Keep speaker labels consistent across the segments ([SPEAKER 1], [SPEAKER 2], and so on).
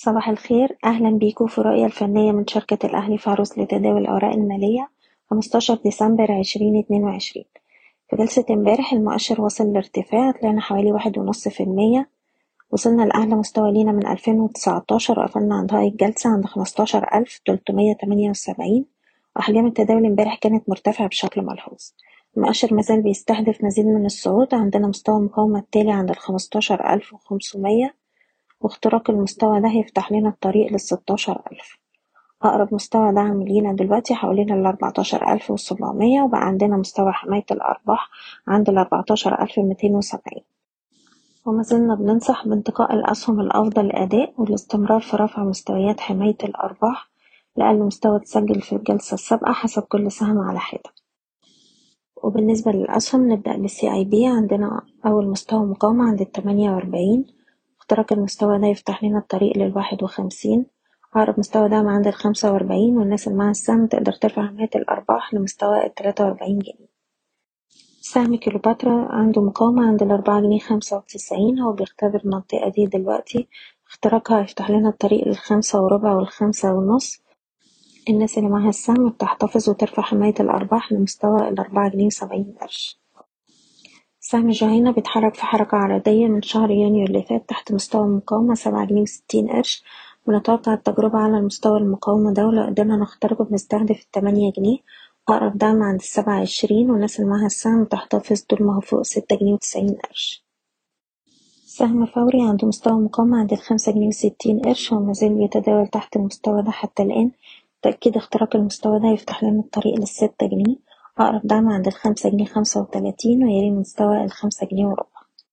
[SPEAKER 1] صباح الخير، أهلا بيكم في الرؤية الفنية من شركة الأهلي فاروس لتداول الأوراق المالية 15 ديسمبر 2022. في جلسة امبارح المؤشر وصل لارتفاع، طلعنا حوالي 1.5%. وصلنا لأعلى مستوى لينا من 2019 وقفلنا عند هاي الجلسة عند 15378. وأحجام التداول امبارح كانت مرتفعة بشكل ملحوظ. المؤشر مازال بيستهدف مزيد من الصعود، عندنا مستوى المقاومة التالي عند 15500، واختراق المستوى ده هيفتح لنا الطريق ل16,000. أقرب مستوى دعم لينا دلوقتي حوالين 14,700، وبقى عندنا مستوى حماية الأرباح عند 14,270. وما زلنا بننصح بانتقاء الأسهم الأفضل أداء والاستمرار في رفع مستويات حماية الأرباح لأقل مستوى اتسجل في الجلسة السابقة حسب كل سهم على حدة. وبالنسبة للأسهم نبدأ بالCIB، عندنا أول مستوى مقاومة عند 48، اختراق المستوى ده يفتح لنا الطريق ل51. أقرب مستوى دعم عند 45، والناس اللي معاها السهم تقدر ترفع حماية الأرباح لمستوى 43 جنيه. سهم كيلوباترا عنده مقاومة عند 4 جنيه 95، هو بيختبر المنطقة دي دلوقتي، اختراقها هيفتح لنا الطريق ل5 وربع وال5 ونص. الناس اللي معاها السهم بتحتفظ وترفع حماية الأرباح لمستوى 4 جنيه و70 قرش. سهم جهينة بيتحرك في حركة عرضية من شهر يونيو اللي فات تحت مستوى المقاومة 7 جنيه و60 قرش، ونتوقع التجربة على المستوى المقاومة ده، ولو قدرنا نخترقه بنستهدف 8 جنيه. أقرب دعم عند 7 20، والناس اللي معاها السهم تحتفظ طول ما هو فوق 6 جنيه و90 قرش. سهم فوري عنده مستوى مقاومة عند 5 جنيه و60 قرش، ومازال بيتداول تحت المستوى ده حتى الآن. تأكيد اختراق المستوى ده يفتح لنا الطريق ل6 جنيه. أقرب دعم عند 5 جنيه 35، ويلي مستوى 5 جنيه وربع.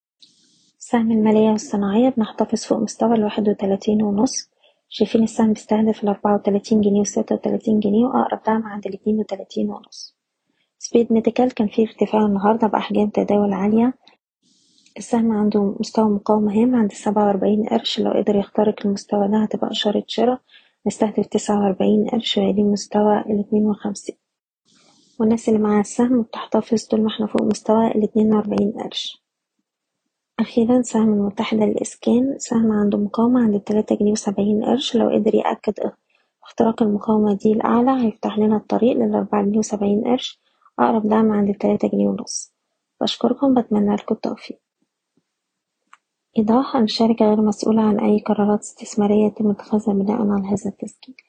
[SPEAKER 1] سهم المالية والصناعية بنحتفظ فوق مستوى 31 ونص، شايفين السهم بيستهدف 34 جنيه و36 جنيه، وأقرب دعم عند 32 ونص. سبيد ميديكال كان فيه ارتفاع النهاردة بأحجام تداول عالية، السهم عنده مستوى مقاومة هام عند 47 قرش، لو قدر يخترق المستوى ده هتبقى إشارة شراء، نستهدف 49 قرش ويلي مستوى 52. والناس اللي معاها السهم بتحتفظ طول ما احنا فوق مستوى 42 قرش. أخيرا سهم المتحدة للإسكان، سهم عنده مقاومة عند 3 جنيه و70 قرش، لو قدر يأكد اختراق المقاومة دي الأعلى هيفتح لنا الطريق ل4 جنيه و70 قرش. أقرب دعم عند 3 جنيه ونص. بشكركم، بتمنى لكم التوفيق. إيضاح: الشركة غير مسؤولة عن أي قرارات استثمارية يتم اتخاذها بناء على هذا التسجيل.